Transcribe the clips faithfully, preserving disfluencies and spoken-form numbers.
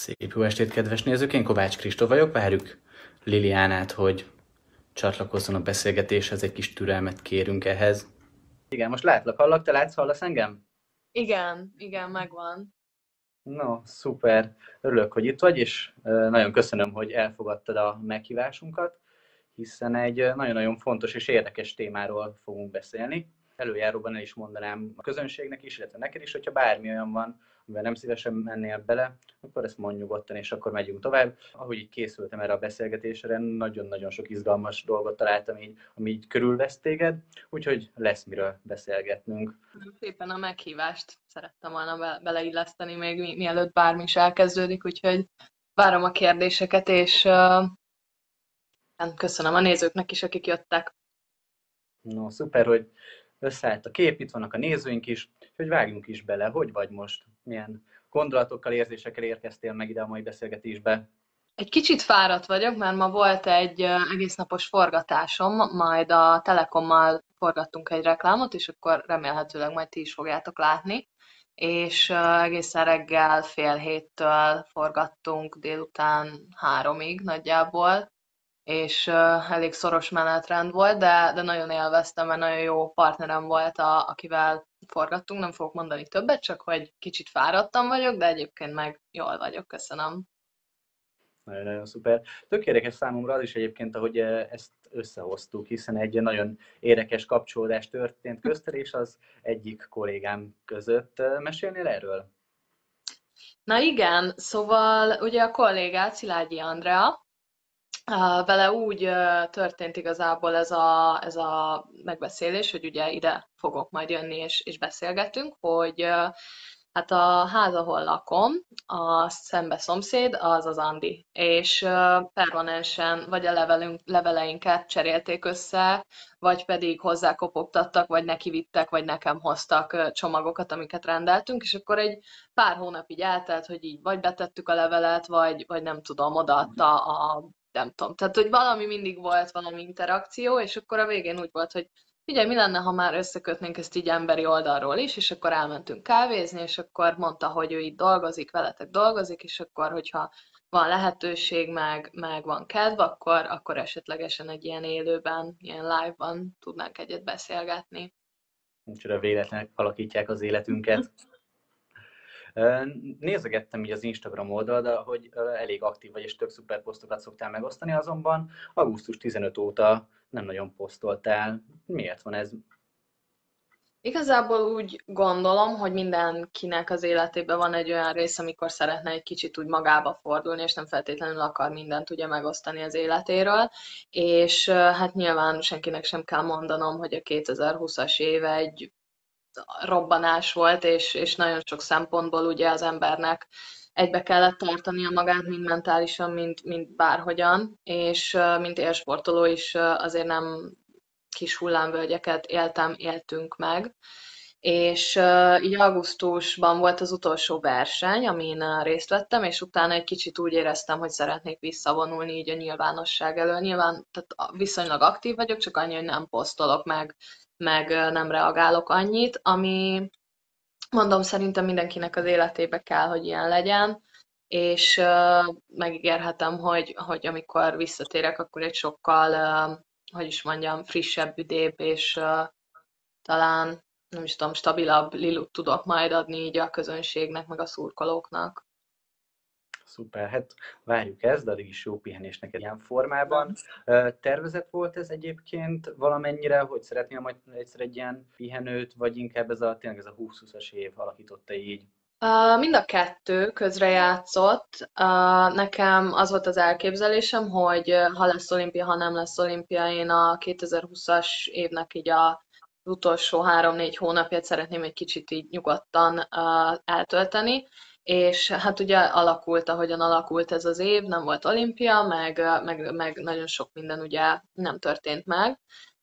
Szép jó estét, kedves nézők! Én Kovács Kristóf vagyok, várjuk Liliánát, hogy csatlakozzon a beszélgetéshez, egy kis türelmet kérünk ehhez. Igen, most látlak, hallak, te látsz, hallasz engem? Igen, igen, megvan. No, szuper, örülök, hogy itt vagy, és nagyon köszönöm, hogy elfogadtad a meghívásunkat, hiszen egy nagyon-nagyon fontos és érdekes témáról fogunk beszélni. Előjáróban el is mondanám a közönségnek is, illetve neked is, hogyha bármi olyan van, amivel nem szívesen mennél bele, akkor ezt mondj nyugodtan, és akkor megyünk tovább. Ahogy így készültem erre a beszélgetésre, nagyon-nagyon sok izgalmas dolgot találtam, így, ami így körülvesz téged, úgyhogy lesz miről beszélgetnünk. Szépen a meghívást szerettem volna be- beleilleszteni még mi- mielőtt bármi is elkezdődik, úgyhogy várom a kérdéseket, és uh, köszönöm a nézőknek is, akik jöttek. No, szuper, hogy összeállt a kép, itt vannak a nézőink is, hogy vágjunk is bele. Hogy vagy most? Milyen gondolatokkal, érzésekkel érkeztél meg ide a mai beszélgetésbe? Egy kicsit fáradt vagyok, mert ma volt egy uh, egész napos forgatásom, majd a Telekommal forgattunk egy reklámot, és akkor remélhetőleg majd ti is fogjátok látni. És uh, egészen reggel fél héttől forgattunk délután háromig nagyjából, és uh, elég szoros menetrend volt, de, de nagyon élveztem, mert nagyon jó partnerem volt, a, akivel forgattunk, nem fogok mondani többet, csak hogy kicsit fáradtam vagyok, de egyébként meg jól vagyok, köszönöm. Nagyon-nagyon szuper. Tök érdekes számomra az is egyébként, ahogy ezt összehoztuk, hiszen egy nagyon érdekes kapcsolódás történt közted és az egyik kollégám között. Mesélnél erről? Na igen, szóval ugye a kollégát, Szilágyi Andrea, Uh, vele úgy uh, történt igazából ez a, ez a megbeszélés, hogy ugye ide fogok majd jönni és, és beszélgetünk, hogy uh, hát a ház, ahol lakom, a szembe szomszéd, az az Andi, és uh, permanensen vagy a levelünk, leveleinket cserélték össze, vagy pedig hozzákopogtattak, vagy nekivittek, vagy nekem hoztak uh, csomagokat, amiket rendeltünk, és akkor egy pár hónap így eltelt, hogy így vagy betettük a levelet, vagy, vagy nem tudom, odaadta a nem tudom, tehát hogy valami mindig volt, valami interakció, és akkor a végén úgy volt, hogy figyelj, mi lenne, ha már összekötnénk ezt így emberi oldalról is, és akkor elmentünk kávézni, és akkor mondta, hogy ő itt dolgozik, veletek dolgozik, és akkor, hogyha van lehetőség, meg, meg van kedv, akkor, akkor esetlegesen egy ilyen élőben, ilyen live-ban tudnánk egyet beszélgetni. Micsoda véletlenek alakítják az életünket. Nézegettem így az Instagram oldalra, hogy elég aktív vagy, és tök szuper posztokat szoktál megosztani, azonban augusztus tizenötödike óta nem nagyon posztoltál. Miért van ez? Igazából úgy gondolom, hogy mindenkinek az életében van egy olyan rész, amikor szeretne egy kicsit úgy magába fordulni, és nem feltétlenül akar mindent ugye megosztani az életéről, és hát nyilván senkinek sem kell mondanom, hogy a kétezer-húszas év egy robbanás volt, és, és nagyon sok szempontból ugye az embernek egybe kellett tartania magát, mind mentálisan, mind, mind bárhogyan, és mint élsportoló is azért nem kis hullámvölgyeket éltem, éltünk meg. És uh, így augusztusban volt az utolsó verseny, amin uh, részt vettem, és utána egy kicsit úgy éreztem, hogy szeretnék visszavonulni így a nyilvánosság elől. Nyilván tehát viszonylag aktív vagyok, csak annyi, hogy nem posztolok meg, meg uh, nem reagálok annyit, ami mondom, szerintem mindenkinek az életébe kell, hogy ilyen legyen, és uh, megígérhetem, hogy, hogy amikor visszatérek, akkor egy sokkal, uh, hogy is mondjam, frissebb, üdébb, és uh, talán, nem is tudom, stabilabb lilut tudok majd adni így a közönségnek, meg a szurkolóknak. Szuper, hát várjuk ezt, de addig is jó pihenés neked ilyen formában. Tervezett volt ez egyébként valamennyire, hogy szeretnél majd egyszer egy ilyen pihenőt, vagy inkább ez a, tényleg ez a húsz-húszas év alakította így? Uh, mind a kettő közrejátszott. Uh, nekem az volt az elképzelésem, hogy uh, ha lesz olimpia, ha nem lesz olimpia, én a kétezer-húszas évnek így a, az utolsó három-négy hónapját szeretném egy kicsit így nyugodtan uh, eltölteni, és hát ugye alakult, ahogyan alakult ez az év, nem volt olimpia, meg, uh, meg, meg nagyon sok minden ugye nem történt meg,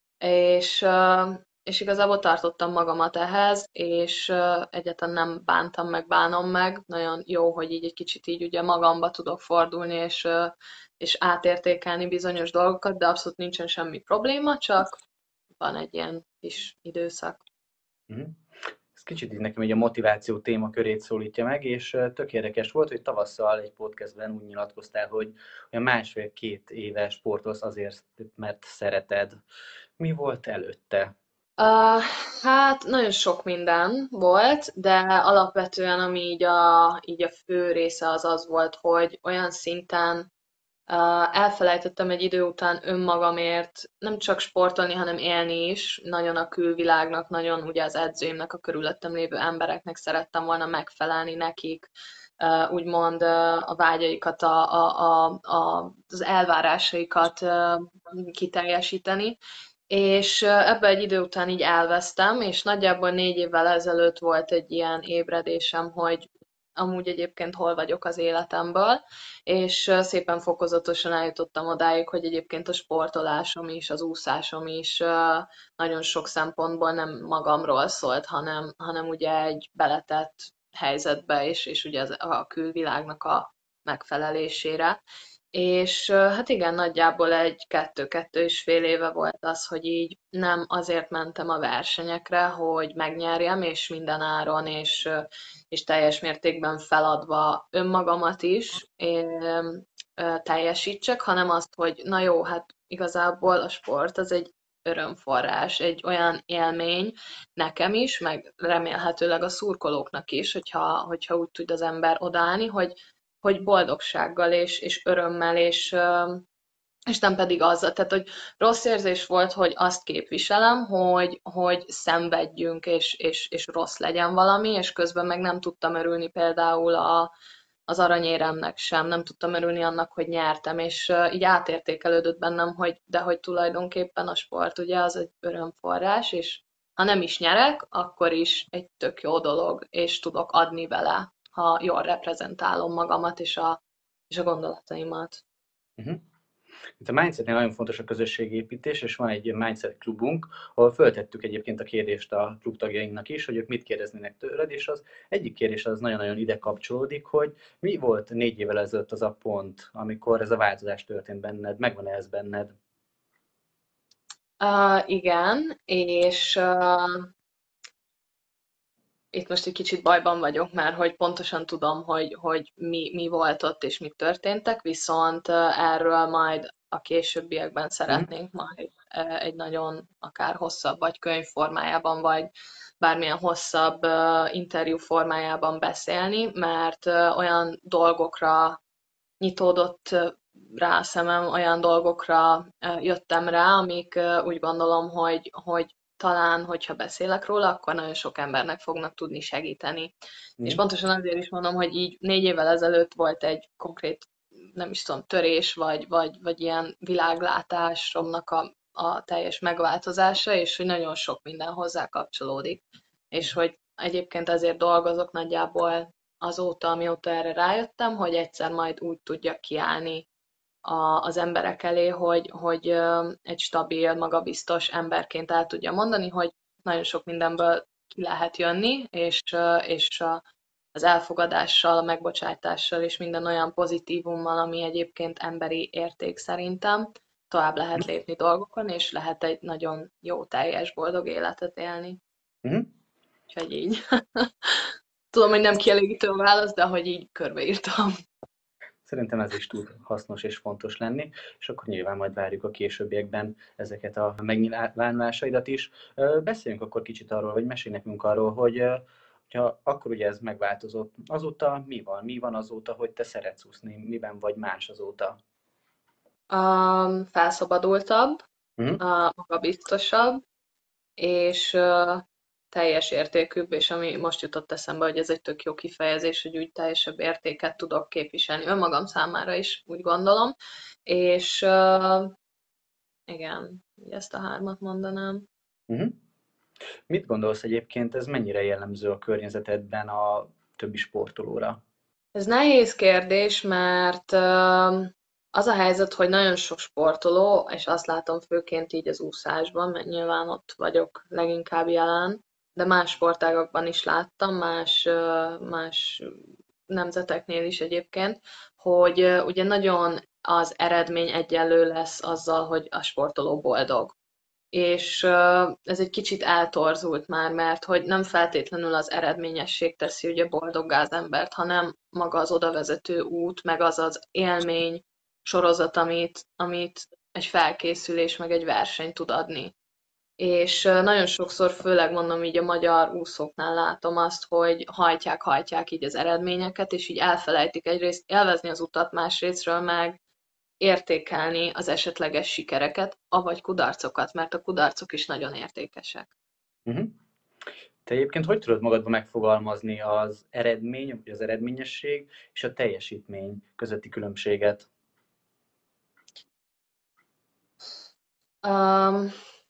és uh, és igazából tartottam magamat ehhez, és uh, egyáltalán nem bántam meg, bánom meg. Nagyon jó, hogy így egy kicsit így ugye magamba tudok fordulni, és, uh, és átértékelni bizonyos dolgokat, de abszolút nincsen semmi probléma, csak van egy ilyen kis időszak. Uh-huh. ez kicsit így nekem így a motiváció témakörét szólítja meg, és tök érdekes volt, hogy tavasszal egy podcastben úgy nyilatkoztál, hogy olyan másfél-két éve sportolsz azért, mert szereted. Mi volt előtte? Uh, hát nagyon sok minden volt, de alapvetően ami így a, így a fő része az az volt, hogy olyan szinten uh, elfelejtettem egy idő után önmagamért nem csak sportolni, hanem élni is. Nagyon a külvilágnak, nagyon ugye az edzőimnek, a körülöttem lévő embereknek szerettem volna megfelelni nekik, uh, úgymond uh, a vágyaikat, a, a, a, a, az elvárásaikat uh, kiteljesíteni. És ebbe egy idő után így elvesztem, és nagyjából négy évvel ezelőtt volt egy ilyen ébredésem, hogy amúgy egyébként hol vagyok az életemből, és szépen fokozatosan eljutottam odáig, hogy egyébként a sportolásom is, az úszásom is nagyon sok szempontból nem magamról szólt, hanem, hanem ugye egy beletett helyzetbe, és, és ugye az, a külvilágnak a megfelelésére. És hát igen, nagyjából egy kettő-kettő és fél éve volt az, hogy így nem azért mentem a versenyekre, hogy megnyerjem, és minden áron, és, és teljes mértékben feladva önmagamat is én, teljesítsek, hanem azt, hogy na jó, hát igazából a sport az egy örömforrás, egy olyan élmény nekem is, meg remélhetőleg a szurkolóknak is, hogyha, hogyha úgy tud az ember odaállni, hogy hogy boldogsággal és, és örömmel, és, és nem pedig azzal. Tehát, hogy rossz érzés volt, hogy azt képviselem, hogy, hogy szenvedjünk, és, és, és rossz legyen valami, és közben meg nem tudtam örülni például a, az aranyéremnek sem, nem tudtam örülni annak, hogy nyertem, és így átértékelődött bennem, hogy de hogy tulajdonképpen a sport ugye az egy örömforrás, és ha nem is nyerek, akkor is egy tök jó dolog, és tudok adni vele, ha jól reprezentálom magamat és a, és a gondolataimat. Uh-huh. Itt a Mindsetnél nagyon fontos a közösségépítés, és van egy Mindset klubunk, ahol föltettük egyébként a kérdést a klubtagjainknak is, hogy ők mit kérdeznének tőled, és az egyik kérdés az nagyon-nagyon ide kapcsolódik, hogy mi volt négy évvel ezelőtt az a pont, amikor ez a változás történt benned, megvan ez benned? Uh, igen, és uh, itt most egy kicsit bajban vagyok, mert hogy pontosan tudom, hogy, hogy mi, mi volt ott és mi történtek, viszont erről majd a későbbiekben szeretnénk majd egy nagyon akár hosszabb, vagy könyv formájában, vagy bármilyen hosszabb interjú formájában beszélni, mert olyan dolgokra nyitódott rá a szemem, olyan dolgokra jöttem rá, amik úgy gondolom, hogy, hogy talán, hogyha beszélek róla, akkor nagyon sok embernek fognak tudni segíteni. Mm. És pontosan azért is mondom, hogy így négy évvel ezelőtt volt egy konkrét, nem is tudom, törés, vagy, vagy, vagy ilyen világlátásomnak a, a teljes megváltozása, és hogy nagyon sok minden hozzá kapcsolódik. És hogy egyébként azért dolgozok nagyjából azóta, amióta erre rájöttem, hogy egyszer majd úgy tudjak kiállni a, az emberek elé, hogy, hogy egy stabil, magabiztos emberként el tudja mondani, hogy nagyon sok mindenből ki lehet jönni, és, és az elfogadással, a megbocsátással és minden olyan pozitívummal, ami egyébként emberi érték szerintem, tovább lehet lépni dolgokon, és lehet egy nagyon jó, teljes, boldog életet élni. Mm-hmm. Úgyhogy így. Tudom, hogy nem kielégítő a válasz, de hogy így körbeírtam. Szerintem ez is tud hasznos és fontos lenni, és akkor nyilván majd várjuk a későbbiekben ezeket a megnyilvánulásaidat is. Beszéljünk akkor kicsit arról, vagy mesélj nekünk arról, hogy ha akkor ugye ez megváltozott. Azóta mi van? Mi van azóta, hogy te szeretsz úszni? Miben vagy más azóta? Um, felszabadultabb, uh-huh. uh, magabiztosabb, és uh, teljes értékűbb, és ami most jutott eszembe, hogy ez egy tök jó kifejezés, hogy úgy teljesebb értéket tudok képviselni önmagam számára is, úgy gondolom, és uh, igen, ezt a hármat mondanám. Uh-huh. Mit gondolsz egyébként, ez mennyire jellemző a környezetedben a többi sportolóra? Ez nehéz kérdés, mert uh, az a helyzet, hogy nagyon sok sportoló, és azt látom főként így az úszásban, mert nyilván ott vagyok leginkább jelen, de más sportágakban is láttam, más, más nemzeteknél is egyébként, hogy ugye nagyon az eredmény egyenlő lesz azzal, hogy a sportoló boldog. és ez egy kicsit eltorzult már, mert hogy nem feltétlenül az eredményesség teszi ugye boldoggá az embert, hanem maga az odavezető út, meg az az élmény sorozat, amit, amit egy felkészülés, meg egy verseny tud adni. És nagyon sokszor, főleg mondom így a magyar úszóknál látom azt, hogy hajtják, hajtják így az eredményeket, és így elfelejtik egyrészt élvezni az utat, másrésztről meg értékelni az esetleges sikereket, avagy kudarcokat, mert a kudarcok is nagyon értékesek. Uh-huh. Te egyébként hogy tudod magadba megfogalmazni az eredmény, vagy az eredményesség és a teljesítmény közötti különbséget? Um,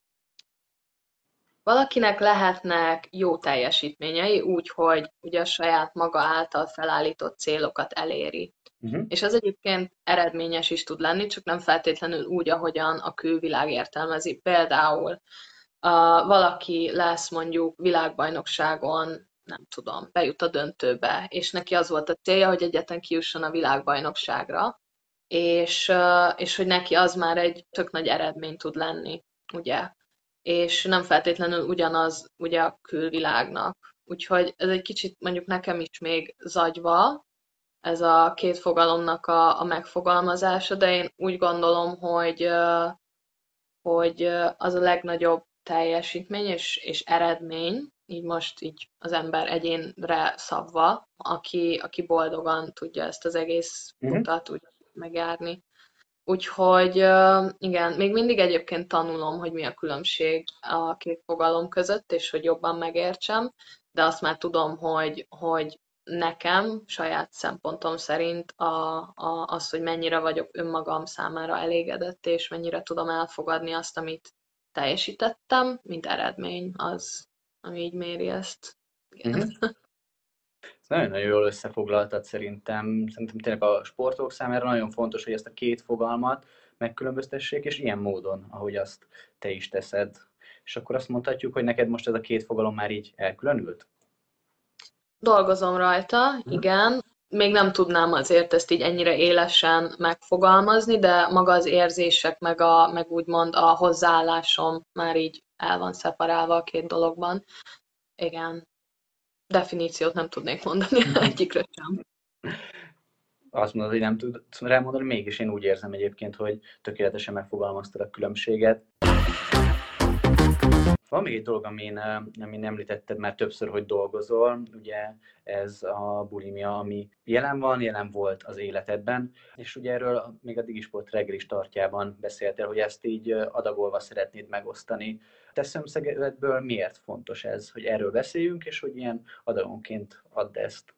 Valakinek lehetnek jó teljesítményei, úgy, hogy ugye a saját maga által felállított célokat eléri. Uh-huh. És az egyébként eredményes is tud lenni, csak nem feltétlenül úgy, ahogyan a külvilág értelmezi. Például uh, valaki lesz mondjuk világbajnokságon, nem tudom, bejut a döntőbe, és neki az volt a célja, hogy egyetlen kijusson a világbajnokságra, és, uh, és hogy neki az már egy tök nagy eredmény tud lenni, ugye? És nem feltétlenül ugyanaz ugye a külvilágnak. Úgyhogy ez egy kicsit mondjuk nekem is még zagyva, ez a két fogalomnak a, a megfogalmazása, de én úgy gondolom, hogy, hogy az a legnagyobb teljesítmény és, és eredmény, így most így az ember egyénre szabva, aki, aki boldogan tudja ezt az egész utat úgy megjárni. Úgyhogy igen, még mindig egyébként tanulom, hogy mi a különbség a két fogalom között, és hogy jobban megértsem, de azt már tudom, hogy, hogy nekem, saját szempontom szerint a, a, az, hogy mennyire vagyok önmagam számára elégedett, és mennyire tudom elfogadni azt, amit teljesítettem, mint eredmény, az, ami így méri ezt. Igen. Uh-huh. Nagyon-nagyon jól összefoglaltad szerintem. Szerintem tényleg a sportolók számára nagyon fontos, hogy ezt a két fogalmat megkülönböztessék, és ilyen módon, ahogy azt te is teszed. És akkor azt mondhatjuk, hogy neked most ez a két fogalom már így elkülönült? Dolgozom rajta, igen. Még nem tudnám azért ezt így ennyire élesen megfogalmazni, de maga az érzések, meg, a, meg úgymond a hozzáállásom már így el van szeparálva a két dologban. Igen. Definíciót nem tudnék mondani egyikre sem. Azt mondod, hogy nem tudsz rámondani, mégis én úgy érzem egyébként, hogy tökéletesen megfogalmaztad a különbséget. Van még egy dolog, amin, amin említetted már többször, hogy dolgozol, ugye ez a bulimia, ami jelen van, jelen volt az életedben, és ugye erről még a Digisport reggeli startjában beszéltél, hogy ezt így adagolva szeretnéd megosztani. Te szemszögedből miért fontos ez, hogy erről beszéljünk, és hogy ilyen adagonként add ezt?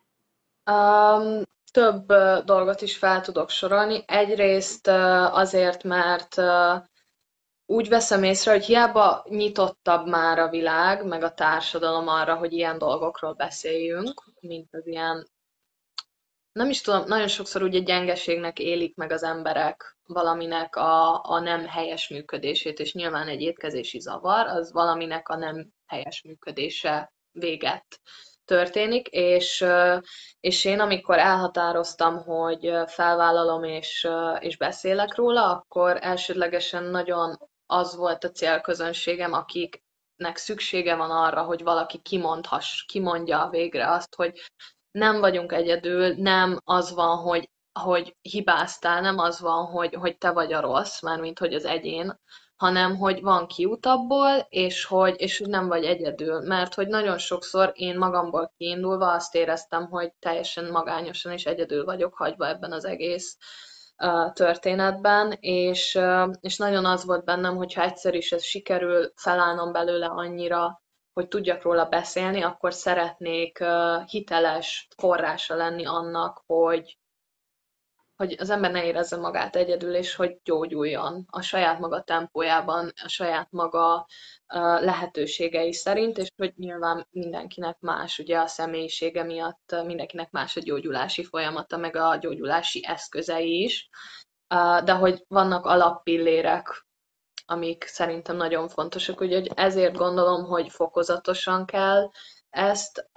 Um, több uh, dolgot is fel tudok sorolni. Egyrészt uh, azért, mert uh, úgy veszem észre, hogy hiába nyitottabb már a világ, meg a társadalom arra, hogy ilyen dolgokról beszéljünk, mint az ilyen, nem is tudom, nagyon sokszor ugye gyengeségnek élik meg az emberek valaminek a, a nem helyes működését, és nyilván egy étkezési zavar, az valaminek a nem helyes működése véget történik, és, és én amikor elhatároztam, hogy felvállalom és, és beszélek róla, akkor elsődlegesen nagyon az volt a célközönségem, akiknek szüksége van arra, hogy valaki kimondhass, kimondja végre azt, hogy nem vagyunk egyedül, nem az van, hogy, hogy hibáztál, nem az van, hogy, hogy te vagy a rossz, mármint hogy az egyén, hanem hogy van kiút abból, és hogy, és hogy nem vagy egyedül. Mert hogy nagyon sokszor én magamból kiindulva azt éreztem, hogy teljesen magányosan és egyedül vagyok hagyva ebben az egész uh, történetben, és, uh, és nagyon az volt bennem, hogyha egyszer is ez sikerül felállnom belőle annyira, hogy tudjak róla beszélni, akkor szeretnék uh, hiteles forrása lenni annak, hogy, hogy az ember ne érezze magát egyedül, és hogy gyógyuljon a saját maga tempójában, a saját maga uh, lehetőségei szerint, és hogy nyilván mindenkinek más, ugye a személyisége miatt uh, mindenkinek más a gyógyulási folyamata, meg a gyógyulási eszközei is, uh, de hogy vannak alappillérek, amik szerintem nagyon fontosak, úgyhogy ezért gondolom, hogy fokozatosan kell ezt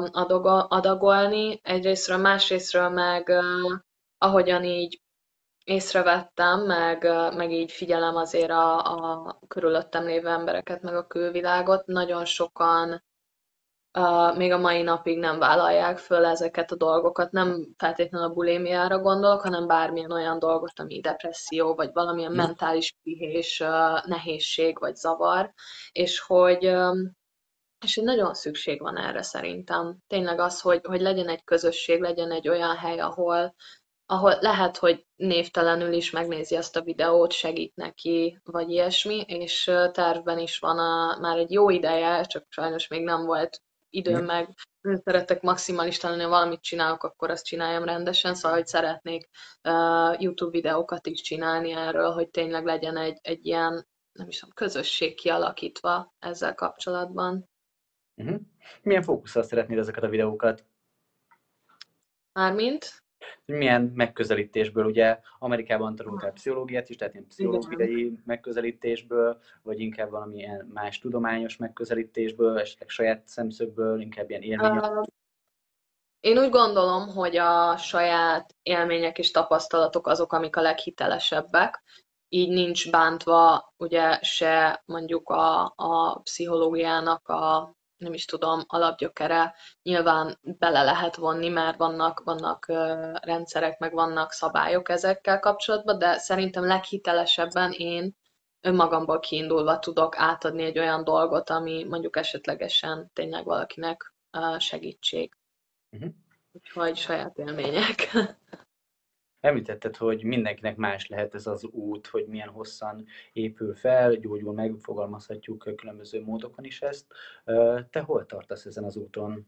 uh, adagolni egyrésztről, másrésztről meg uh, ahogyan így észrevettem, meg, meg így figyelem azért a, a körülöttem lévő embereket, meg a külvilágot, nagyon sokan uh, még a mai napig nem vállalják föl ezeket a dolgokat. Nem feltétlenül a bulémiára gondolok, hanem bármilyen olyan dolgot, ami depresszió, vagy valamilyen Hm? mentális pihés, uh, nehézség, vagy zavar, és hogy um, és hogy nagyon szükség van erre szerintem. Tényleg az, hogy, hogy legyen egy közösség, legyen egy olyan hely, ahol, ahol lehet, hogy névtelenül is megnézi azt a videót, segít neki, vagy ilyesmi, és tervben is van a, már egy jó ideje, csak sajnos még nem volt időm Hm? meg, én szeretek maximalista lenni, ha valamit csinálok, akkor azt csináljam rendesen, szóval hogy szeretnék uh, YouTube videókat is csinálni erről, hogy tényleg legyen egy, egy ilyen, nem is tudom, közösség kialakítva ezzel kapcsolatban. Uh-huh. Milyen fókusszal szeretnéd ezeket a videókat? Mármint? Milyen megközelítésből? Ugye Amerikában tanultál pszichológiát is, tehát ilyen Igen. pszichológiai megközelítésből, vagy inkább valamilyen más tudományos megközelítésből, esetleg saját szemszögből, inkább ilyen élmény. Uh, Én úgy gondolom, hogy a saját élmények és tapasztalatok azok, amik a leghitelesebbek. Így nincs bántva ugye se mondjuk a, a pszichológiának a, nem is tudom, alapgyökere. Nyilván bele lehet vonni, mert vannak, vannak ö, rendszerek, meg vannak szabályok ezekkel kapcsolatban, de szerintem leghitelesebben én önmagamból kiindulva tudok átadni egy olyan dolgot, ami mondjuk esetlegesen tényleg valakinek ö, segítség. Uh-huh. Úgyhogy saját élmények. Említetted, hogy mindenkinek más lehet ez az út, hogy milyen hosszan épül fel, gyógyul meg, fogalmazhatjuk különböző módokon is ezt. Te hol tartasz ezen az úton?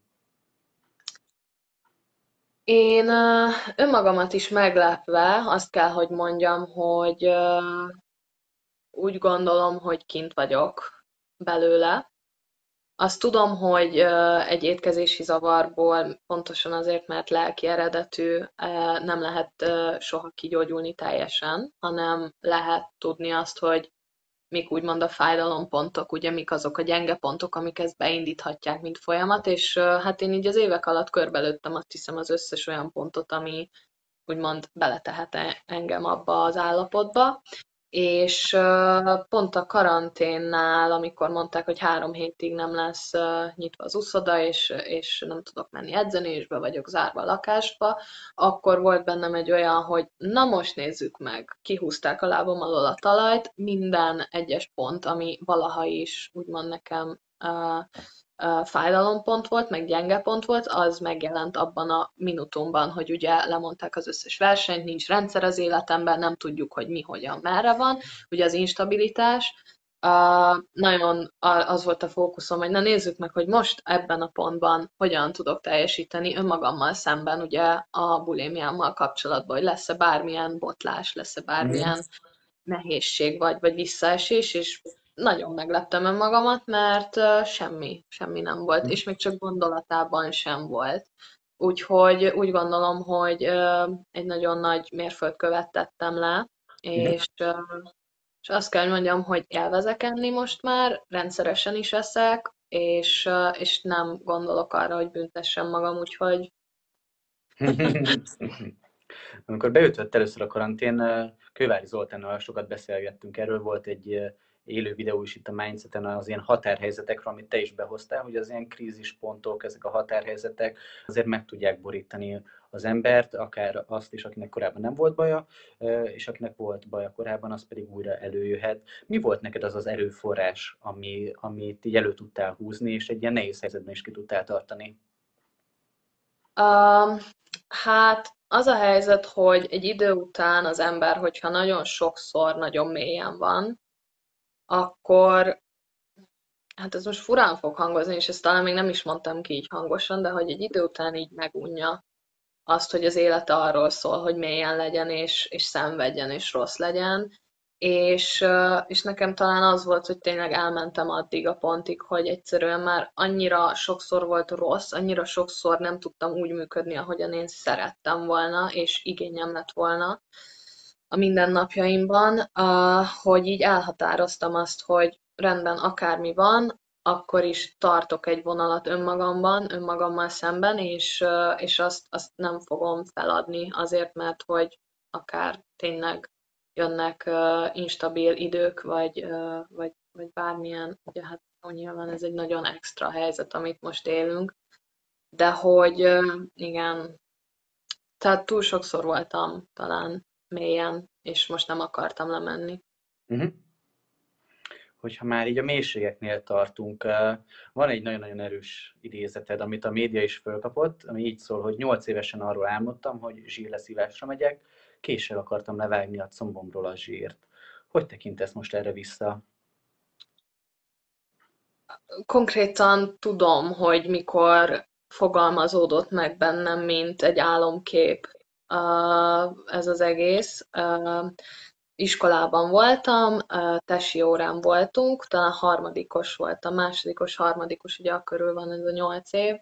Én ö, önmagamat is meglepve azt kell, hogy mondjam, hogy ö, úgy gondolom, hogy kint vagyok belőle. Azt tudom, hogy ö, egy étkezési zavarból pontosan azért, mert lelki eredetű, ö, nem lehet ö, soha kigyógyulni teljesen, hanem lehet tudni azt, hogy mik úgymond a fájdalompontok, ugye mik azok a gyenge pontok, amik ezt beindíthatják, mint folyamat, és ö, hát én így az évek alatt körbelőttem azt hiszem az összes olyan pontot, ami úgymond beletehet engem abba az állapotba, és pont a karanténnál, amikor mondták, hogy három hétig nem lesz nyitva az uszoda, és, és nem tudok menni edzeni, és be vagyok zárva a lakásba, akkor volt bennem egy olyan, hogy na most nézzük meg, kihúzták a lábam alól a talajt, minden egyes pont, ami valaha is úgymond nekem fájdalompont volt, meg gyenge pont volt, az megjelent abban a minutumban, hogy ugye lemondták az összes versenyt, nincs rendszer az életemben, nem tudjuk, hogy mi, hogyan, merre van, ugye az instabilitás. Uh, nagyon az volt a fókuszom, hogy na nézzük meg, hogy most ebben a pontban hogyan tudok teljesíteni önmagammal szemben, ugye a bulémiámmal kapcsolatban, hogy lesz-e bármilyen botlás, lesz-e bármilyen nehézség vagy, vagy visszaesés, és nagyon megleptem önmagamat, mert uh, semmi, semmi nem volt, és még csak gondolatában sem volt. Úgyhogy úgy gondolom, hogy uh, egy nagyon nagy mérföldkövet tettem le, és, uh, és azt kell, hogy mondjam, hogy élvezek enni most már, rendszeresen is eszek, és, uh, és nem gondolok arra, hogy büntessem magam, úgyhogy Amikor beütött először a karantén, Kővári Zoltánnal sokat beszélgettünk erről, volt egy élő videó is itt a Mindseten az ilyen határhelyzetekről, amit te is behoztál, hogy az ilyen krízispontok, ezek a határhelyzetek azért meg tudják borítani az embert, akár azt is, akinek korábban nem volt baja, és akinek volt baja korábban, az pedig újra előjöhet. Mi volt neked az az erőforrás, ami, amit így elő tudtál húzni, és egy ilyen nehéz helyzetben is ki tudtál tartani? Um, hát az a helyzet, hogy egy idő után az ember, hogyha nagyon sokszor, nagyon mélyen van, akkor, hát ez most furán fog hangozni, és ezt talán még nem is mondtam ki így hangosan, de hogy egy idő után így megunja azt, hogy az élete arról szól, hogy mélyen legyen, és, és szenvedjen, és rossz legyen. És, és nekem talán az volt, hogy tényleg elmentem addig a pontig, hogy egyszerűen már annyira sokszor volt rossz, annyira sokszor nem tudtam úgy működni, ahogyan én szerettem volna, és igényem lett volna a mindennapjaimban, hogy így elhatároztam azt, hogy rendben akármi van, akkor is tartok egy vonalat önmagamban, önmagammal szemben, és, és azt, azt nem fogom feladni azért, mert hogy akár tényleg jönnek uh, instabil idők, vagy, uh, vagy, vagy bármilyen, ugye hát nyilván ez egy nagyon extra helyzet, amit most élünk, de hogy uh, igen, tehát túl sokszor voltam talán mélyen, és most nem akartam lemenni. Uh-huh. Hogyha már így a mélységeknél tartunk, van egy nagyon-nagyon erős idézeted, amit a média is fölkapott, ami így szól, hogy nyolc évesen arról álmodtam, hogy zsírleszívásra megyek, késsel akartam levágni a combomról a zsírt. Hogy tekintesz most erre vissza? Konkrétan tudom, hogy mikor fogalmazódott meg bennem, mint egy álomkép ez az egész. Iskolában voltam, tesi órán voltunk, talán harmadikos voltam, másodikos, harmadikos, ugye akkörül van ez a nyolc év,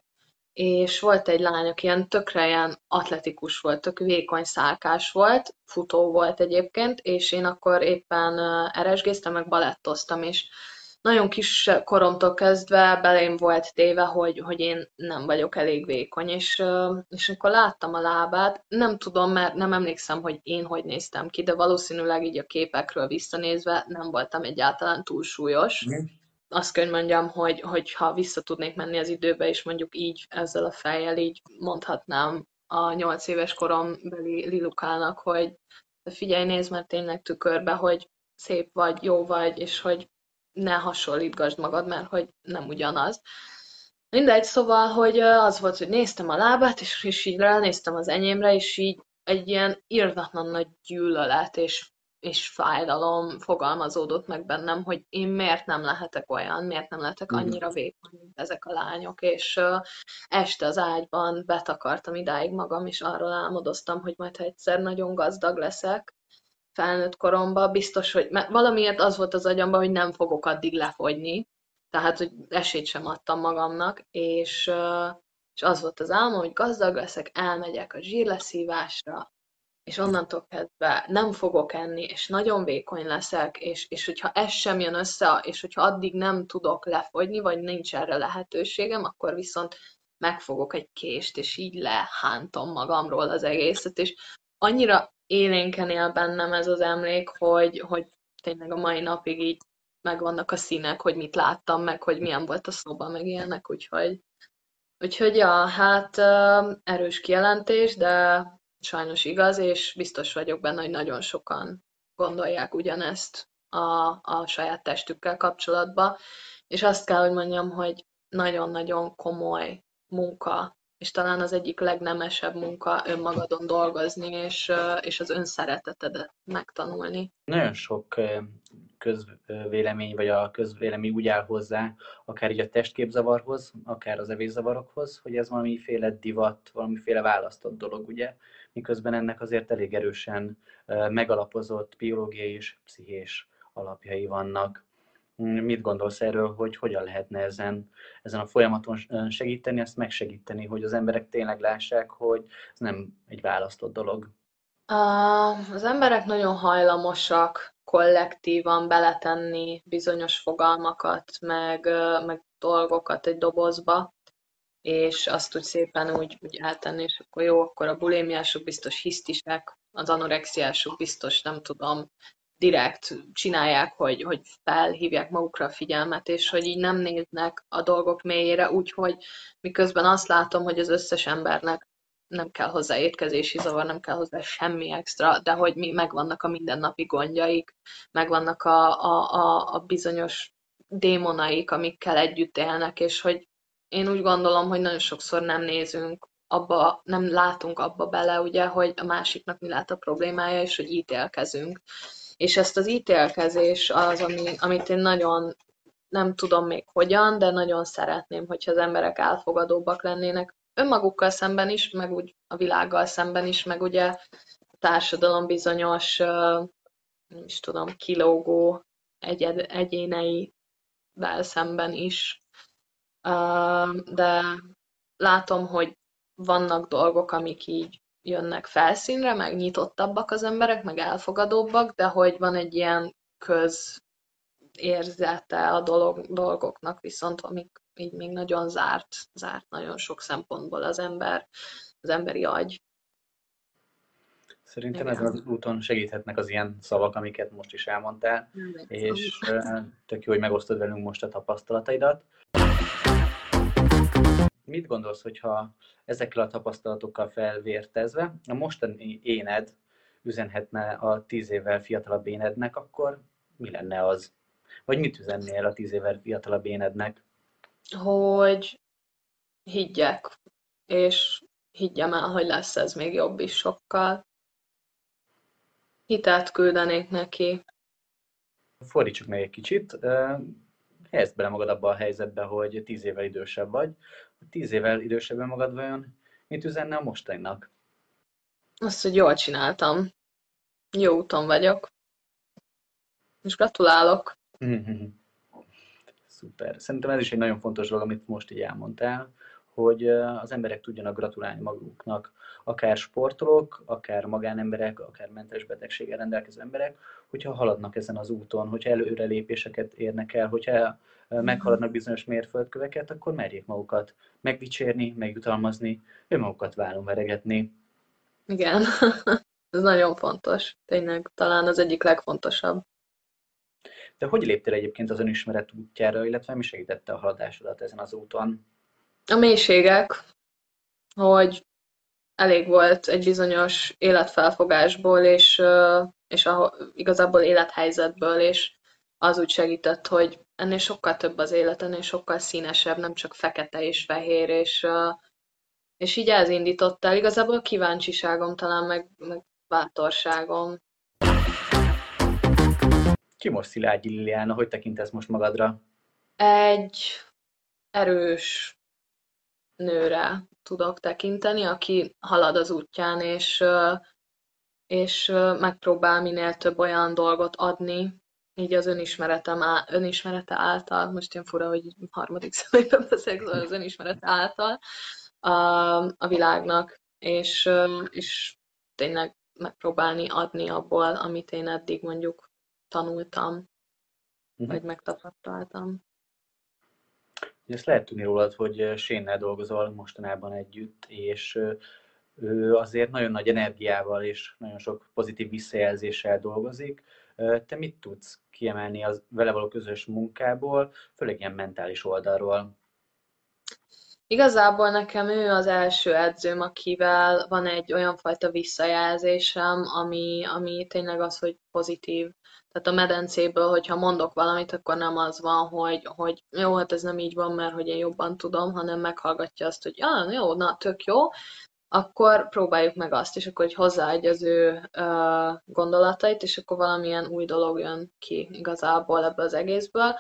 és volt egy lány, aki ilyen tökre ilyen atletikus volt, tök vékony szálkás volt, futó volt egyébként, és én akkor éppen eresgéztem, meg balettoztam, és nagyon kis koromtól kezdve belém volt téve, hogy, hogy én nem vagyok elég vékony, és, és amikor láttam a lábát, nem tudom, mert nem emlékszem, hogy én hogy néztem ki, de valószínűleg így a képekről visszanézve nem voltam egyáltalán túlsúlyos. Mm. Azt kell, hogy mondjam, hogy, hogy ha vissza tudnék menni az időbe, és mondjuk így ezzel a fejjel így mondhatnám a nyolc éves korombeli Lilukának, hogy figyelj, nézd már tényleg tükörbe, hogy szép vagy, jó vagy, és hogy ne hasonlítgasd magad, mert hogy nem ugyanaz. Mindegy, szóval, hogy az volt, hogy néztem a lábát, és, és így ránéztem az enyémre, és így egy ilyen irdatlan nagy gyűlölet és, és fájdalom fogalmazódott meg bennem, hogy én miért nem lehetek olyan, miért nem lehetek annyira vékony, mint ezek a lányok, és uh, este az ágyban betakartam idáig magam, és arról álmodoztam, hogy majd ha egyszer nagyon gazdag leszek, felnőtt koromban, biztos, hogy mert valamiért az volt az agyamban, hogy nem fogok addig lefogyni, tehát, hogy esélyt sem adtam magamnak, és, és az volt az álmom, hogy gazdag leszek, elmegyek a zsírleszívásra, és onnantól kezdve nem fogok enni, és nagyon vékony leszek, és, és hogyha ez sem jön össze, és hogyha addig nem tudok lefogyni, vagy nincs erre lehetőségem, akkor viszont megfogok egy kést, és így lehántom magamról az egészet, és annyira élénken él bennem ez az emlék, hogy, hogy tényleg a mai napig így megvannak a színek, hogy mit láttam, meg hogy milyen volt a szoba, meg ilyenek, úgyhogy, úgyhogy ja, hát erős kijelentés, de sajnos igaz, és biztos vagyok benne, hogy nagyon sokan gondolják ugyanezt a, a saját testükkel kapcsolatban, és azt kell, hogy mondjam, hogy nagyon-nagyon komoly munka, és talán az egyik legnemesebb munka önmagadon dolgozni, és, és az önszeretetedet megtanulni. Nagyon sok közvélemény, vagy a közvélemény úgy áll hozzá, akár így a testképzavarhoz, akár az evészavarokhoz, hogy ez valamiféle divat, valamiféle választott dolog, ugye? Miközben ennek azért elég erősen megalapozott biológiai és pszichés alapjai vannak. Mit gondolsz erről, hogy hogyan lehetne ezen, ezen a folyamaton segíteni, ezt megsegíteni, hogy az emberek tényleg lássák, hogy ez nem egy választott dolog? Az emberek nagyon hajlamosak kollektívan beletenni bizonyos fogalmakat, meg, meg dolgokat egy dobozba, és azt úgy szépen úgy, úgy eltenni, és akkor jó, akkor a bulémiások biztos hisztisek, az anorexiások biztos, nem tudom, direkt csinálják, hogy, hogy felhívják magukra a figyelmet, és hogy így nem néznek a dolgok mélyére, úgyhogy miközben azt látom, hogy az összes embernek nem kell hozzá étkezési zavar, nem kell hozzá semmi extra, de hogy mi megvannak a mindennapi gondjaik, megvannak a, a, a, a bizonyos démonaik, amikkel együtt élnek, és hogy én úgy gondolom, hogy nagyon sokszor nem nézünk abba, nem látunk abba bele, ugye, hogy a másiknak mi lát a problémája, és hogy ítélkezünk. És ezt az ítélkezés az, ami, amit én nagyon nem tudom még hogyan, de nagyon szeretném, hogyha az emberek elfogadóbbak lennének önmagukkal szemben is, meg úgy a világgal szemben is, meg ugye a társadalom bizonyos, nem is tudom, kilógó egyed, egyéneivel szemben is. De látom, hogy vannak dolgok, amik így jönnek felszínre, meg nyitottabbak az emberek, meg elfogadóbbak, de hogy van egy ilyen közérzete a dolog, dolgoknak, viszont amik így még nagyon zárt, zárt nagyon sok szempontból az ember, az emberi agy. Szerintem ezen Igen. az úton segíthetnek az ilyen szavak, amiket most is elmondtál, Nem tudom. és tök jó, hogy megosztod velünk most a tapasztalataidat. Mit gondolsz, hogyha ezekkel a tapasztalatokkal felvértezve a mostani éned üzenhetne a tíz évvel fiatalabb énednek, akkor mi lenne az? Vagy mit üzennél a tíz évvel fiatalabb énednek? Hogy higgyek, és higgyem el, hogy lesz ez még jobb is sokkal. Hitelt küldenék neki. Fordítsuk meg egy kicsit, helyezd bele magad abba a helyzetbe, hogy tíz évvel idősebb vagy. A tíz évvel idősebben magad vajon mit üzenne a mostaninak? Azt, hogy jól csináltam. Jó úton vagyok. És gratulálok. Szuper. Szerintem ez is egy nagyon fontos dolog, amit most így elmondtál, hogy az emberek tudjanak gratulálni maguknak, akár sportolók, akár magánemberek, akár mentális betegséggel rendelkező emberek, hogyha haladnak ezen az úton, hogyha előrelépéseket érnek el, hogyha meghaladnak bizonyos mérföldköveket, akkor merjék magukat megdicsérni, megjutalmazni, önmagukat vállon veregetni. Igen. Ez nagyon fontos. Tényleg talán az egyik legfontosabb. De hogy léptél egyébként az önismeret útjára, illetve mi segítette a haladásodat ezen az úton? A mélységek, hogy elég volt egy bizonyos életfelfogásból, és, és a, igazából élethelyzetből, és az úgy segített, hogy ennél sokkal több az élet, ennél sokkal színesebb, nem csak fekete és fehér, és, és így ez indított el. Igazából a kíváncsiságom talán, meg, meg bátorságom. Ki most Szilágyi Liliana, hogy tekintesz most magadra? Egy erős nőre tudok tekinteni, aki halad az útján, és, és megpróbál minél több olyan dolgot adni, így az önismeretem á, önismerete által, most ilyen fura, hogy harmadik személyben beszélek, szóval az önismerete által a, a világnak, és, és tényleg megpróbálni adni abból, amit én eddig mondjuk tanultam, uh-huh. vagy megtapasztaltam. Ezt lehet tudni rólad, hogy Shane-nel dolgozol mostanában együtt, és ő azért nagyon nagy energiával és nagyon sok pozitív visszajelzéssel dolgozik. Te mit tudsz kiemelni az vele való közös munkából, főleg ilyen mentális oldalról? Igazából nekem ő az első edzőm, akivel van egy olyan fajta visszajelzésem, ami, ami tényleg az, hogy pozitív. Tehát a medencéből, hogyha mondok valamit, akkor nem az van, hogy, hogy jó, hát ez nem így van, mert hogy én jobban tudom, hanem meghallgatja azt, hogy ja, jó, na, tök jó, akkor próbáljuk meg azt, és akkor hogy hozzáadja az ő uh, gondolatait, és akkor valamilyen új dolog jön ki igazából ebből az egészből.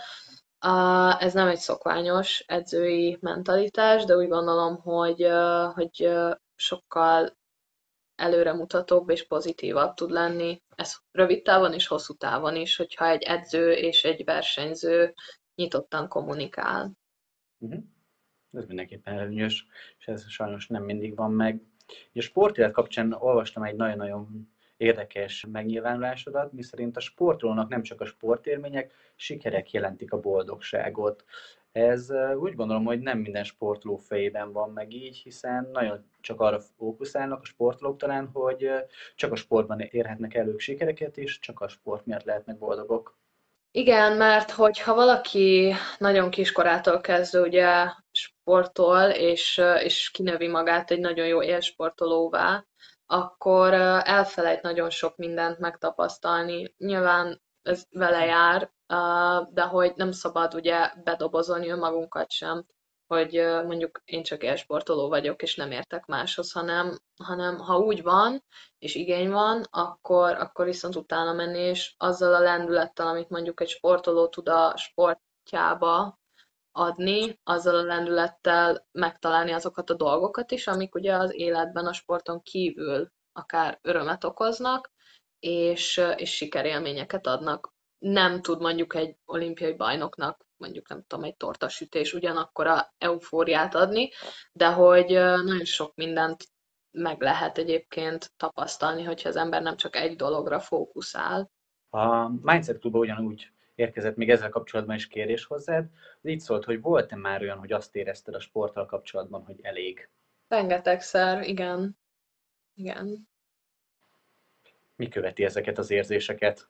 Uh, ez nem egy szokványos edzői mentalitás, de úgy gondolom, hogy, uh, hogy uh, sokkal előremutatóbb és pozitívabb tud lenni. Ez rövid távon és hosszú távon is, hogyha egy edző és egy versenyző nyitottan kommunikál. Uh-huh. Ez mindenképpen előnyös, és ez sajnos nem mindig van meg. A sportélet kapcsán olvastam egy nagyon-nagyon érdekes megnyilvánulásodat, miszerint a sportolónak nem csak a sportélmények, sikerek jelentik a boldogságot. Ez úgy gondolom, hogy nem minden sportoló fejében van meg így, hiszen nagyon csak arra fókuszálnak a sportolók talán, hogy csak a sportban érhetnek el ők sikereket, és csak a sport miatt lehetnek boldogok. Igen, mert hogyha valaki nagyon kiskorától kezdve ugye sportol, és, és kinövi magát egy nagyon jó élsportolóvá, akkor elfelejt nagyon sok mindent megtapasztalni. Nyilván ez vele jár, de hogy nem szabad ugye bedobozolni önmagunkat sem, hogy mondjuk én csak élsportoló vagyok, és nem értek máshoz, hanem, hanem ha úgy van, és igény van, akkor, akkor viszont utána menni, és azzal a lendülettel, amit mondjuk egy sportoló tud a sportjába adni, azzal a lendülettel megtalálni azokat a dolgokat is, amik ugye az életben a sporton kívül akár örömet okoznak, és, és sikerélményeket adnak. Nem tud mondjuk egy olimpiai bajnoknak, mondjuk nem tudom, egy tortasütés ugyanakkor a eufóriát adni, de hogy nagyon sok mindent meg lehet egyébként tapasztalni, hogyha az ember nem csak egy dologra fókuszál. A Mindset Klubban ugyanúgy érkezett még ezzel kapcsolatban is kérés hozzád. Az így szólt, hogy volt-e már olyan, hogy azt érezted a sporttal kapcsolatban, hogy elég? Rengetegszer, igen. Igen. Mi követi ezeket az érzéseket?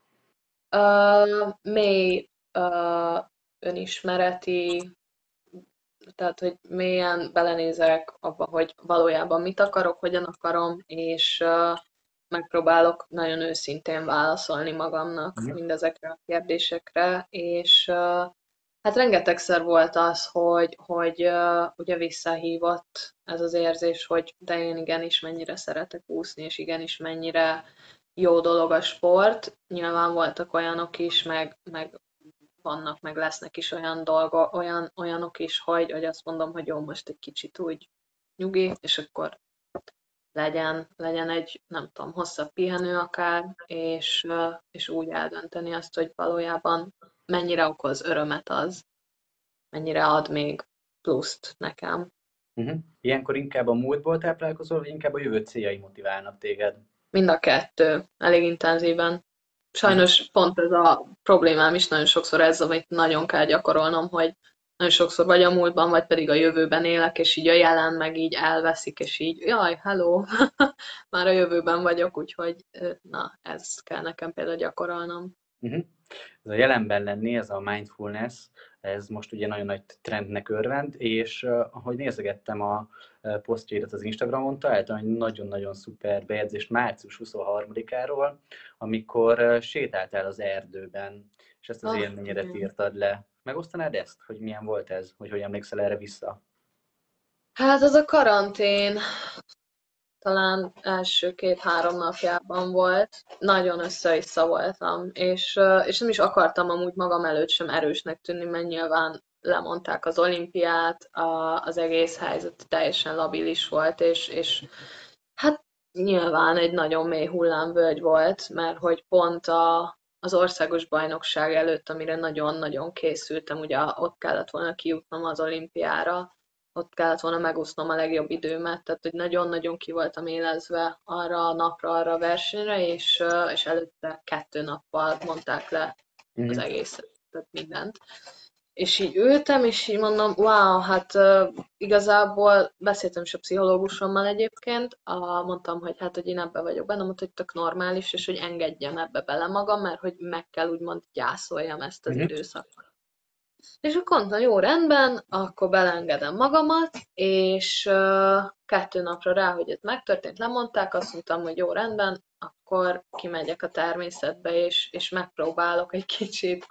Uh, mély uh, önismereti, tehát, hogy mélyen belenézek abba, hogy valójában mit akarok, hogyan akarom, és uh, megpróbálok nagyon őszintén válaszolni magamnak Mhm. mindezekre a kérdésekre, és uh, hát rengetegszer volt az, hogy, hogy uh, ugye visszahívott ez az érzés, hogy de én igenis mennyire szeretek úszni, és igenis mennyire jó dolog a sport. Nyilván voltak olyanok is, meg, meg vannak, meg lesznek is olyan dolgok, olyan, olyanok is, hogy, hogy azt mondom, hogy jó, most egy kicsit úgy nyugi, és akkor legyen, legyen egy, nem tudom, hosszabb pihenő akár, és, és úgy eldönteni azt, hogy valójában mennyire okoz örömet az, mennyire ad még pluszt nekem. Uh-huh. Ilyenkor inkább a múltból táplálkozol, vagy inkább a jövő céljai motiválnak téged? Mind a kettő, elég intenzíven. Uh-huh. Sajnos pont ez a problémám is nagyon sokszor ez, amit nagyon kell gyakorolnom, hogy nagyon sokszor vagy a múltban, vagy pedig a jövőben élek, és így a jelen meg így elveszik, és így, jaj, hello, már a jövőben vagyok, úgyhogy na, ezt kell nekem például gyakorolnom. Uh-huh. Ez a jelenben lenni, ez a mindfulness, ez most ugye nagyon nagy trendnek örvend, és uh, ahogy nézegettem a uh, posztjaidat az Instagramon, találtam egy nagyon-nagyon szuper bejegyzést március huszonharmadikáról, amikor uh, sétáltál az erdőben, és ezt az Ah, élményedet igen. írtad le. Megosztanád ezt, hogy milyen volt ez, hogy hogy emlékszel erre vissza? Hát az a karantén talán első két-három napjában volt, nagyon össze-vissza voltam, és, és nem is akartam amúgy magam előtt sem erősnek tűnni, mert nyilván lemondták az olimpiát, a, az egész helyzet teljesen labilis volt, és, és hát nyilván egy nagyon mély hullámvölgy volt, mert hogy pont a, az országos bajnokság előtt, amire nagyon-nagyon készültem, ugye ott kellett volna kijutnom az olimpiára, ott kellett volna megúsznom a legjobb időmet, tehát hogy nagyon-nagyon ki voltam élezve arra a napra, arra a versenyre, és, és előtte kettő nappal mondták le az Uh-huh. egészet, tehát mindent. És így ültem, és így mondom, wow, hát uh, igazából beszéltem is a pszichológusommal egyébként, uh, mondtam, hogy hát, hogy én ebbe vagyok benne, mondta, hogy tök normális, és hogy engedjem ebbe bele magam, mert hogy meg kell úgymond gyászoljam ezt az Uh-huh. időszakot. És akkor mondta, jó, rendben, akkor belengedem magamat, és uh, kettő napra rá, hogy ez megtörtént, lemondták, azt mondtam, hogy jó, rendben, akkor kimegyek a természetbe, és, és megpróbálok egy kicsit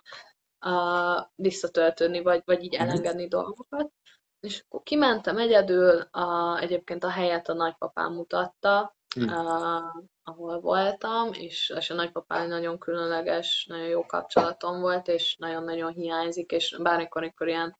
uh, visszatöltődni, vagy, vagy így Uh-huh. elengedni dolgokat. És akkor kimentem egyedül, a, egyébként a helyet a nagypapám mutatta, uh, ahol voltam, és, és a nagypapám nagyon különleges, nagyon jó kapcsolatom volt, és nagyon-nagyon hiányzik, és bármikor, amikor ilyen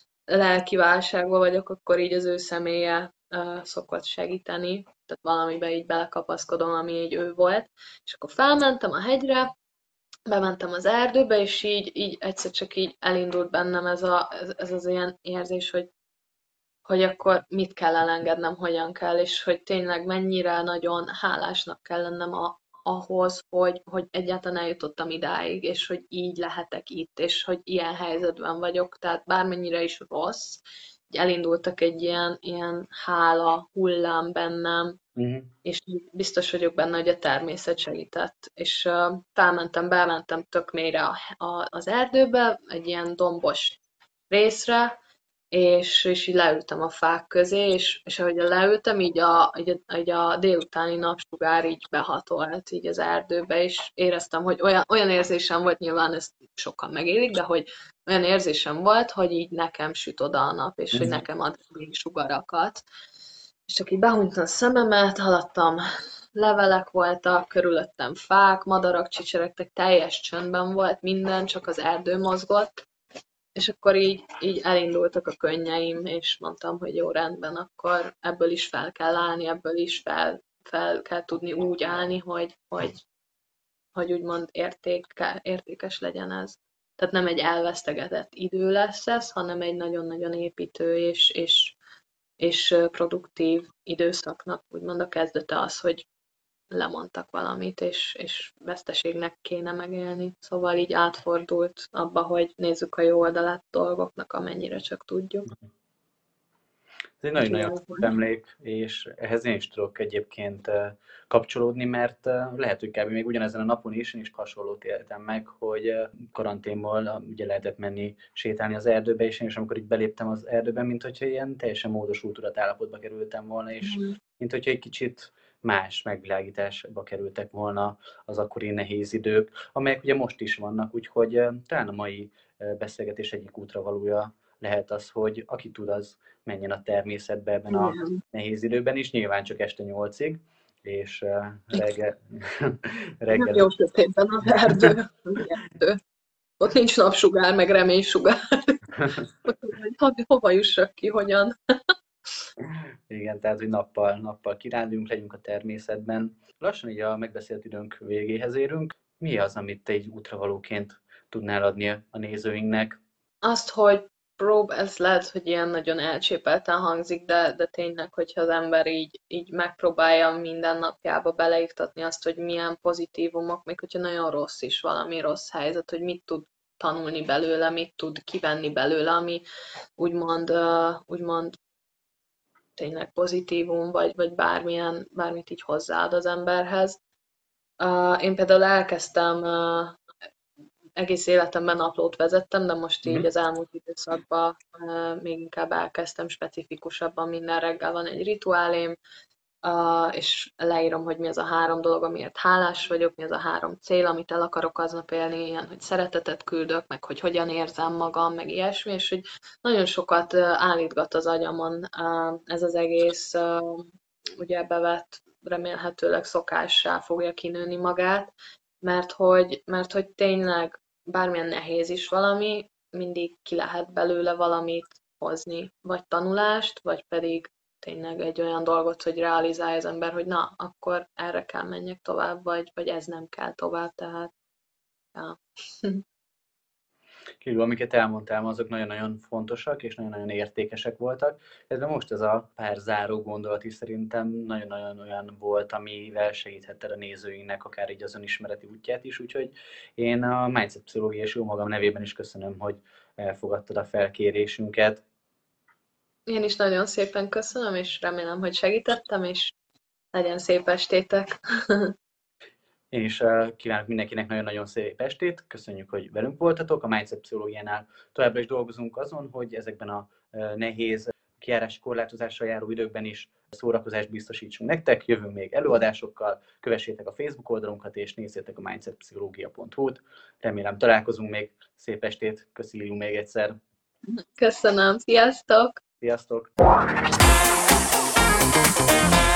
lelki válságban vagyok, akkor így az ő személye uh, szokott segíteni, tehát valamiben így belekapaszkodom, ami így ő volt. És akkor felmentem a hegyre, bementem az erdőbe, és így, így egyszer csak így elindult bennem ez, a, ez, ez az ilyen érzés, hogy hogy akkor mit kell elengednem, hogyan kell, és hogy tényleg mennyire nagyon hálásnak kell lennem a, ahhoz, hogy, hogy egyáltalán eljutottam idáig, és hogy így lehetek itt, és hogy ilyen helyzetben vagyok, tehát bármennyire is rossz, így elindultak egy ilyen, ilyen hála hullám bennem, Uh-huh. és biztos vagyok benne, hogy a természet segített. És uh, felmentem, bementem tök mélyre a, a, az erdőbe, egy ilyen dombos részre, és, és így leültem a fák közé, és, és ahogy leültem, így a, így, a, így a délutáni napsugár így behatolt így az erdőbe, és éreztem, hogy olyan, olyan érzésem volt, nyilván ezt sokan megélik, de hogy olyan érzésem volt, hogy így nekem süt oda a nap, és hogy Uh-huh. nekem ad még sugarakat. És csak így behunytam a szememet, haladtam, levelek voltak, körülöttem fák, madarak csicseregtek, teljes csöndben volt minden, csak az erdő mozgott, és akkor így, így elindultak a könnyeim, és mondtam, hogy jó, rendben, akkor ebből is fel kell állni, ebből is fel, fel kell tudni úgy állni, hogy, hogy, hogy úgymond értéke, értékes legyen ez. Tehát nem egy elvesztegetett idő lesz ez, hanem egy nagyon-nagyon építő és, és, és produktív időszaknak úgymond a kezdete az, hogy lemondtak valamit, és, és veszteségnek kéne megélni. Szóval így átfordult abba, hogy nézzük a jó oldalát dolgoknak, amennyire csak tudjuk. Ez egy nagyon-nagyon Igen. szép emlék, és ehhez én is tudok egyébként eh, kapcsolódni, mert eh, lehet, hogy kb. Még ugyanezen a napon is, én is hasonlót éltem meg, hogy eh, karanténból eh, ugye lehetett menni sétálni az erdőbe, és én is amikor így beléptem az erdőben, mint hogyha ilyen teljesen módosult tudatállapotba kerültem volna, és Mhm. mint hogyha egy kicsit más megvilágításba kerültek volna az akkori nehéz idők, amelyek ugye most is vannak, úgyhogy eh, talán a mai eh, beszélgetés egyik útravalója lehet az, hogy aki tud, az menjen a természetbe ebben a Igen. nehéz időben is, nyilván csak este nyolcig, és uh, reggel, Nem reggel jó sötétben az erdő. Az erdő. Ott nincs napsugár, meg reménysugár. Hogy hova jussak ki, hogyan. igen, tehát, hogy nappal, nappal kiránduljunk, legyünk a természetben. Lassan így a megbeszélt időnk végéhez érünk. Mi az, amit te egy útravalóként tudnál adni a nézőinknek? Azt, hogy prób, ez lehet, hogy ilyen nagyon elcsépelten hangzik, de, de tényleg, hogyha az ember így, így megpróbálja minden napjába beleiktatni azt, hogy milyen pozitívumok, még hogyha nagyon rossz is valami rossz helyzet, hogy mit tud tanulni belőle, mit tud kivenni belőle, ami úgymond, uh, úgymond tényleg pozitívum, vagy, vagy bármilyen, bármit így hozzáad az emberhez. Uh, én például elkezdtem uh, egész életemben naplót vezettem, de most így Mhm. az elmúlt időszakban uh, még inkább elkezdtem specifikusabban, minden reggel van egy rituálém, uh, és leírom, hogy mi az a három dolog, amiért hálás vagyok, mi az a három cél, amit el akarok aznap élni, ilyen, hogy szeretetet küldök, meg hogy hogyan érzem magam, meg ilyesmi, és hogy nagyon sokat uh, állítgat az agyamon uh, ez az egész uh, ugye bevett, remélhetőleg szokássá fogja kinőni magát, mert hogy, mert hogy tényleg bármilyen nehéz is valami, mindig ki lehet belőle valamit hozni, vagy tanulást, vagy pedig tényleg egy olyan dolgot, hogy realizálja az ember, hogy na, akkor erre kell menjek tovább, vagy, vagy ez nem kell tovább, tehát ja. Kívül, amiket elmondtál, azok nagyon-nagyon fontosak és nagyon-nagyon értékesek voltak. Ez most ez a pár záró gondolat is szerintem nagyon-nagyon olyan volt, amivel segíthetted a nézőinknek akár így az önismereti útját is, úgyhogy én a Mindset Pszichológia és jó magam nevében is köszönöm, hogy elfogadtad a felkérésünket. Én is nagyon szépen köszönöm, és remélem, hogy segítettem, és legyen szép estétek. Én is uh, kívánok mindenkinek nagyon-nagyon szép estét, köszönjük, hogy velünk voltatok. A Mindset Pszichológiánál továbbra is dolgozunk azon, hogy ezekben a uh, nehéz kijárási korlátozással járó időkben is szórakozást biztosítsunk nektek. Jövünk még előadásokkal, kövessétek a Facebook oldalunkat és nézzétek a mindsetpszichológia pont hu-t. Remélem találkozunk még. Szép estét, köszönjük még egyszer. Köszönöm, sziasztok! Sziasztok!